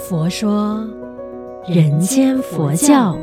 佛说人间佛教。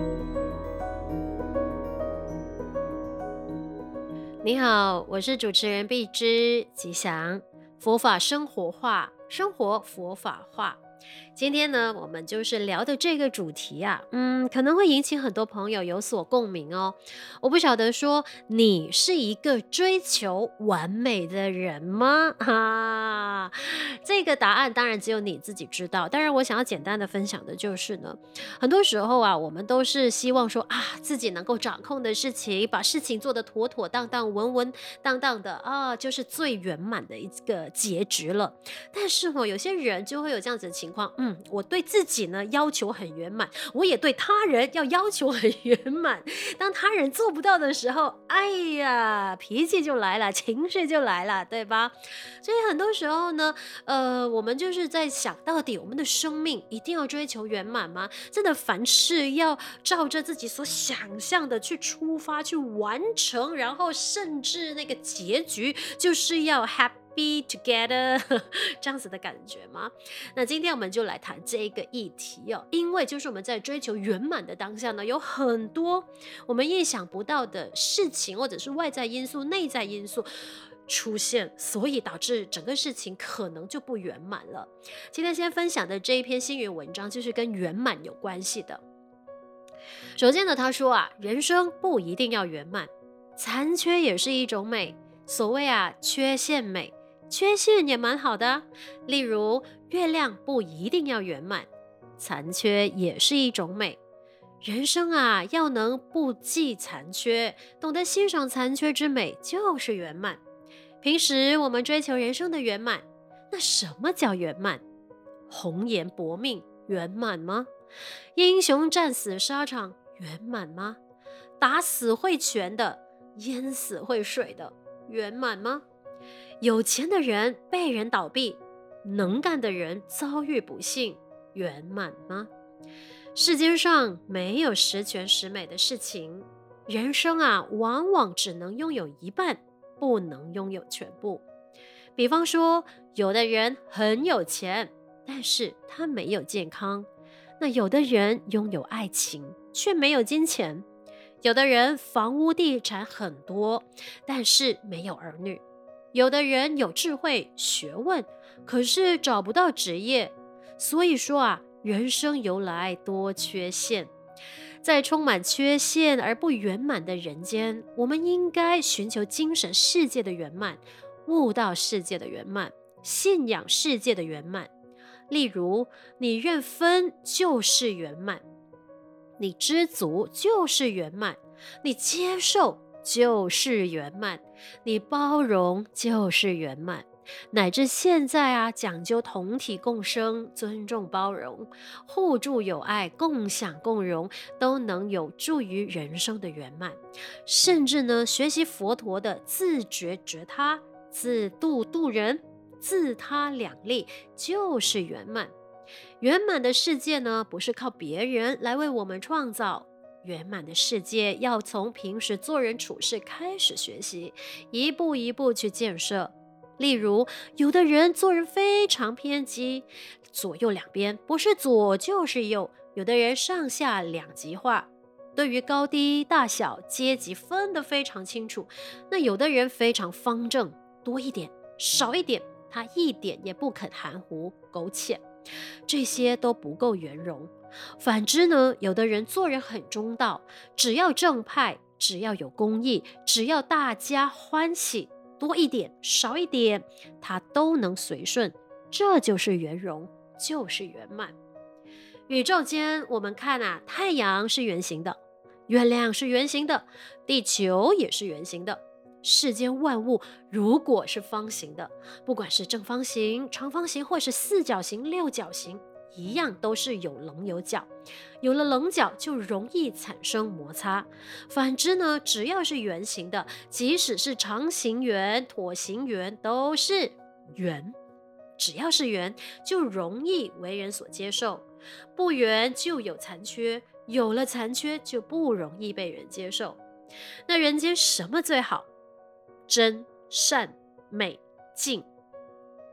你好，我是主持人碧芝吉祥，佛法生活化，生活佛法化。今天呢，我们就是聊的这个主题啊，可能会引起很多朋友有所共鸣哦。我不晓得说你是一个追求完美的人吗？这个答案当然只有你自己知道。当然，我想要简单的分享的就是呢，很多时候啊，我们都是希望说自己能够掌控的事情，把事情做得妥妥当当、稳稳当当的啊，就是最圆满的一个结局了。但是有些人就会有这样子的情况，我对自己呢要求很圆满，我也对他人要求很圆满。当他人做不到的时候，哎呀，脾气就来了，情绪就来了，对吧？所以很多时候呢，我们就是在想，到底我们的生命一定要追求圆满吗？真的凡事要照着自己所想象的去出发，去完成，然后甚至那个结局就是要 happy together 这样子的感觉吗？那今天我们就来谈这一个议题哦，因为就是我们在追求圆满的当下呢，有很多我们意想不到的事情，或者是外在因素、内在因素出现，所以导致整个事情可能就不圆满了。今天先分享的这一篇星云文章就是跟圆满有关系的。首先呢，他说人生不一定要圆满，残缺也是一种美。所谓缺陷美，缺陷也蛮好的。例如月亮不一定要圆满，残缺也是一种美。人生要能不计残缺，懂得欣赏残缺之美，就是圆满。平时我们追求人生的圆满，那什么叫圆满？红颜薄命圆满吗？英雄战死沙场圆满吗？打死会拳的，淹死会水的圆满吗？有钱的人被人倒闭，能干的人遭遇不幸，圆满吗？世间上没有十全十美的事情，人生往往只能拥有一半，不能拥有全部。比方说，有的人很有钱，但是他没有健康；那有的人拥有爱情，却没有金钱；有的人房屋地产很多，但是没有儿女；有的人有智慧学问，可是找不到职业。所以说人生由来多缺陷。在充满缺陷而不圆满的人间，我们应该寻求精神世界的圆满，悟道世界的圆满，信仰世界的圆满。例如，你认分就是圆满，你知足就是圆满，你接受就是圆满，你包容就是圆满。乃至现在讲究同体共生，尊重包容，互助友爱，共享共荣，都能有助于人生的圆满。甚至呢，学习佛陀的自觉觉他，自度度人，自他两利，就是圆满。圆满的世界呢，不是靠别人来为我们创造，圆满的世界要从平时做人处事开始学习，一步一步去建设。例如，有的人做人非常偏激，左右两边不是左就是右；有的人上下两极化，对于高低大小阶级分得非常清楚。那有的人非常方正，多一点少一点，他一点也不肯含糊苟且，这些都不够圆融。反之呢，有的人做人很中道，只要正派，只要有公义，只要大家欢喜，多一点少一点，他都能随顺，这就是圆融，就是圆满。宇宙间我们看太阳是圆形的，月亮是圆形的，地球也是圆形的。世间万物如果是方形的，不管是正方形、长方形或是四角形、六角形，一样都是有棱有角，有了棱角就容易产生摩擦。反之呢，只要是圆形的，即使是长形圆、椭形圆，都是圆。只要是圆，就容易为人所接受；不圆就有残缺，有了残缺就不容易被人接受。那人间什么最好？真、善、美、净。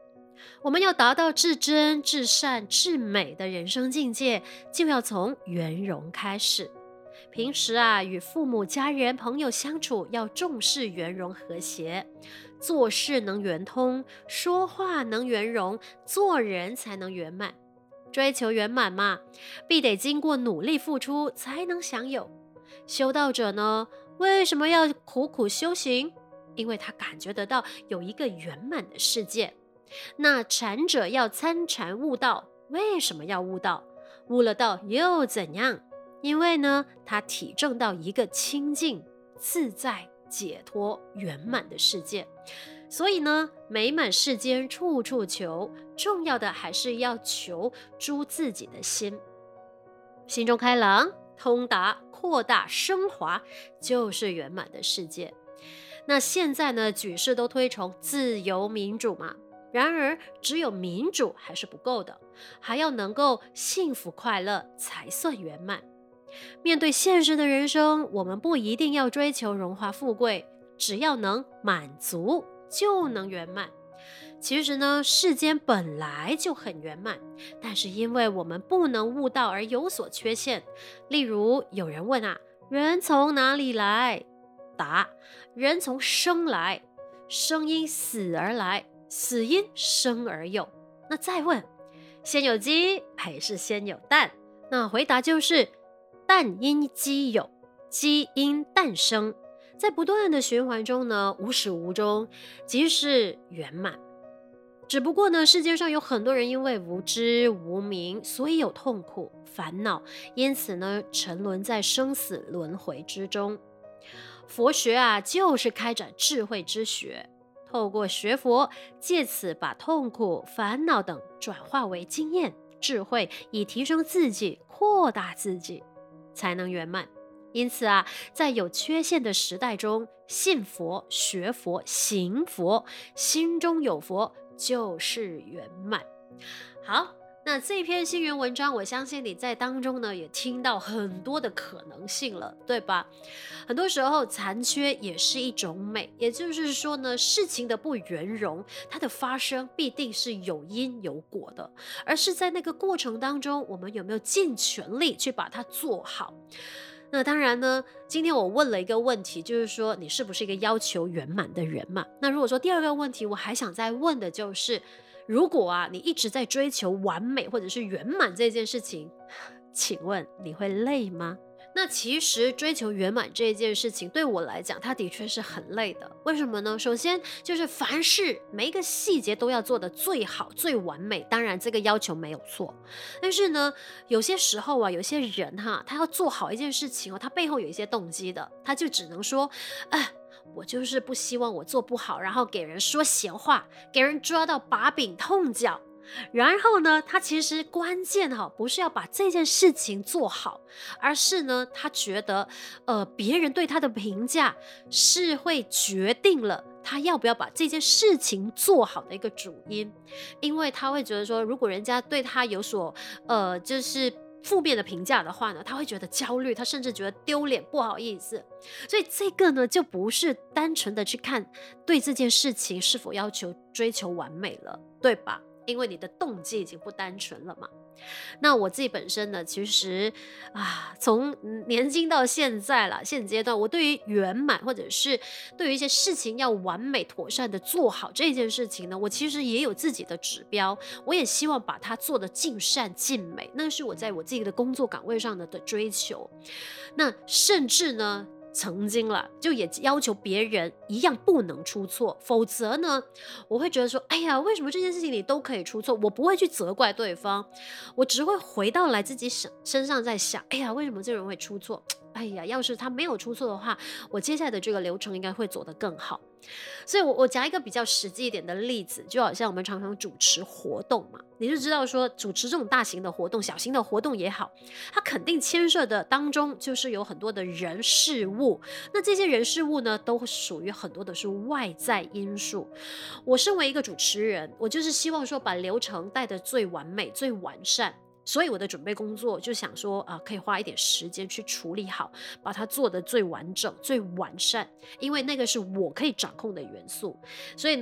我们要达到至真、至善、至美的人生境界，就要从圆融开始。平时与父母、家人、朋友相处，要重视圆融和谐，做事能圆通，说话能圆融，做人才能圆满。追求圆满嘛，必得经过努力付出才能享有。修道者呢，为什么要苦苦修行？因为他感觉得到有一个圆满的世界。那禅者要参禅悟道，为什么要悟道？悟了道又怎样？因为呢，他体证到一个清净、自在、解脱、圆满的世界。所以呢，美满世间处处求，重要的还是要求诸自己的心。心中开朗、通达、扩大、升华，就是圆满的世界。那现在呢，举世都推崇自由民主嘛，然而只有民主还是不够的，还要能够幸福快乐才算圆满。面对现实的人生，我们不一定要追求荣华富贵，只要能满足就能圆满。其实呢，世间本来就很圆满，但是因为我们不能悟道而有所缺陷。例如有人问人从哪里来？答：人从生来，生因死而来，死因生而有。那再问，先有鸡还是先有蛋？那回答就是蛋因鸡有，鸡因蛋生，在不断的循环中呢，无始无终，即是圆满。只不过呢，世界上有很多人因为无知无明，所以有痛苦烦恼，因此呢，沉沦在生死轮回之中。佛学就是开展智慧之学，透过学佛，借此把痛苦烦恼等转化为经验智慧，以提升自己，扩大自己，才能圆满。因此在有缺陷的时代中，信佛、学佛、行佛，心中有佛就是圆满。好，那这篇星云文章，我相信你在当中呢也听到很多的可能性了，对吧？很多时候残缺也是一种美，也就是说呢，事情的不圆融，它的发生必定是有因有果的，而是在那个过程当中，我们有没有尽全力去把它做好。那当然呢，今天我问了一个问题，就是说你是不是一个要求圆满的人嘛？那如果说第二个问题，我还想再问的就是，如果你一直在追求完美或者是圆满这件事情，请问你会累吗？那其实追求圆满这件事情对我来讲，它的确是很累的。为什么呢？首先就是凡事每一个细节都要做得最好最完美，当然这个要求没有错。但是呢，有些时候有些人他要做好一件事情他背后有一些动机的，他就只能说我就是不希望我做不好，然后给人说闲话，给人抓到把柄痛脚。然后呢，他其实关键不是要把这件事情做好，而是呢，他觉得别人对他的评价是会决定了他要不要把这件事情做好的一个主因。因为他会觉得说，如果人家对他有所就是负面的评价的话呢，他会觉得焦虑，他甚至觉得丢脸不好意思。所以这个呢，就不是单纯的去看对这件事情是否要求追求完美了，对吧？因为你的动机已经不单纯了嘛。那我自己本身呢，其实从年轻到现在了，现阶段我对于圆满或者是对于一些事情要完美妥善的做好这件事情呢，我其实也有自己的指标，我也希望把它做得尽善尽美，那是我在我自己的工作岗位上的追求。那甚至呢，曾经就也要求别人一样不能出错，否则呢，我会觉得说，哎呀，为什么这件事情你都可以出错？我不会去责怪对方，我只会回到来自己身上在想，哎呀，为什么这人会出错？哎呀，要是他没有出错的话，我接下来的这个流程应该会走得更好。所以我讲一个比较实际一点的例子，就好像我们常常主持活动嘛，你就知道说主持这种大型的活动、小型的活动也好，它肯定牵涉的当中就是有很多的人事物。那这些人事物呢，都属于很多的是外在因素。我身为一个主持人，我就是希望说把流程带得最完美、最完善。所以我的准备工作就想说可以花一点时间去处理好，把它做得最完整最完善，因为那个是我可以掌控的元素。所以呢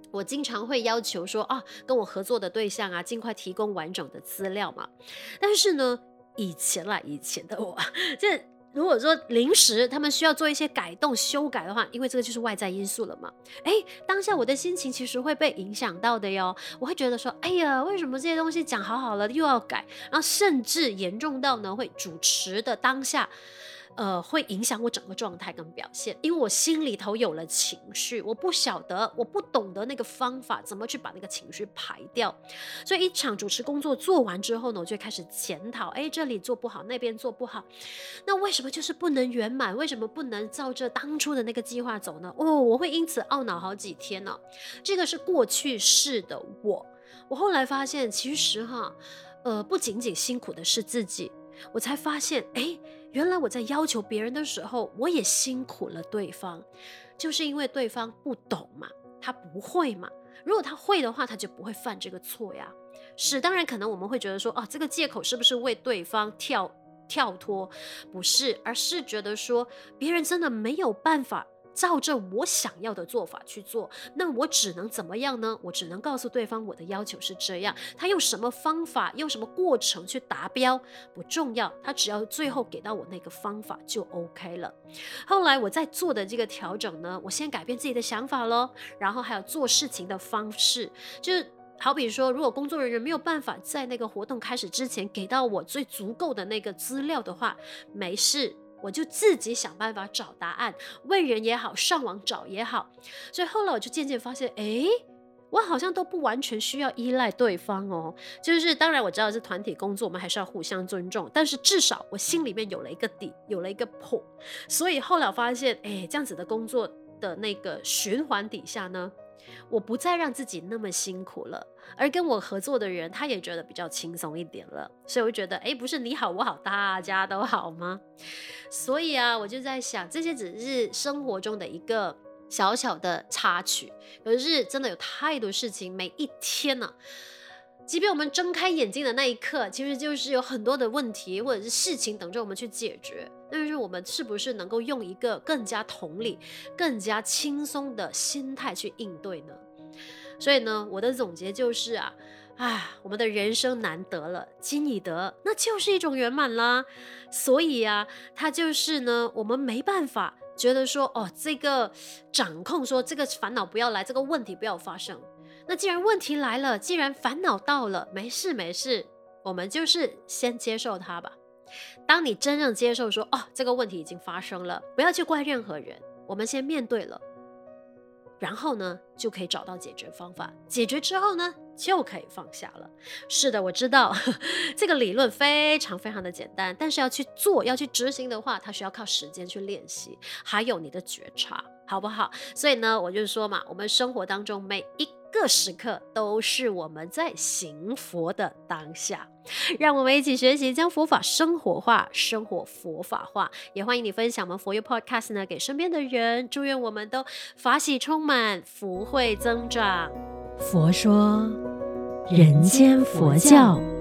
我经常会要求说跟我合作的对象啊，尽快提供完整的资料嘛。但是呢，以前的我，这如果说临时他们需要做一些改动修改的话，因为这个就是外在因素了嘛，当下我的心情其实会被影响到的哟。我会觉得说，哎呀，为什么这些东西讲好好了又要改，然后甚至严重到呢会主持的当下会影响我整个状态跟表现，因为我心里头有了情绪，我不懂得那个方法怎么去把那个情绪排掉。所以一场主持工作做完之后呢，我就开始检讨，这里做不好，那边做不好，那为什么就是不能圆满？为什么不能照着当初的那个计划走呢？我会因此懊恼好几天呢。这个是过去式的我后来发现，其实不仅仅辛苦的是自己，我才发现，原来我在要求别人的时候，我也辛苦了对方，就是因为对方不懂嘛，他不会嘛。如果他会的话，他就不会犯这个错呀。是，当然可能我们会觉得说，这个借口是不是为对方跳脱？不是，而是觉得说，别人真的没有办法照着我想要的做法去做，那我只能怎么样呢？我只能告诉对方我的要求是这样，他用什么方法，用什么过程去达标不重要，他只要最后给到我那个方法就 OK 了。后来我在做的这个调整呢，我先改变自己的想法咯，然后还有做事情的方式，就是好比说，如果工作人员没有办法在那个活动开始之前给到我最足够的那个资料的话，没事，我就自己想办法找答案，问人也好，上网找也好。所以后来我就渐渐发现，我好像都不完全需要依赖对方哦。就是当然我知道是团体工作，我们还是要互相尊重，但是至少我心里面有了一个底，有了一个谱。所以后来我发现，这样子的工作的那个循环底下呢，我不再让自己那么辛苦了，而跟我合作的人他也觉得比较轻松一点了，所以我就觉得不是你好我好大家都好吗？所以我就在想，这些只是生活中的一个小小的插曲，可是真的有太多事情，每一天即便我们睁开眼睛的那一刻，其实就是有很多的问题或者是事情等着我们去解决，但是我们是不是能够用一个更加同理、更加轻松的心态去应对呢？所以呢，我的总结就是我们的人生难得了，今已得，那就是一种圆满啦。所以它就是呢，我们没办法觉得说，这个掌控说这个烦恼不要来，这个问题不要发生。那既然问题来了，既然烦恼到了，没事，我们就是先接受它吧。当你真正接受说，这个问题已经发生了，不要去怪任何人，我们先面对了，然后呢，就可以找到解决方法。解决之后呢，就可以放下了。是的，我知道这个理论非常非常的简单，但是要去做、要去执行的话，它需要靠时间去练习，还有你的觉察，好不好？所以呢，我就说嘛，我们生活当中每一个时刻都是我们在行佛的当下，让我们一起学习将佛法生活化，生活佛法化。也欢迎你分享我们佛佑 Podcast 呢给身边的人，祝愿我们都法喜充满，福慧增长。 佛说人间佛教。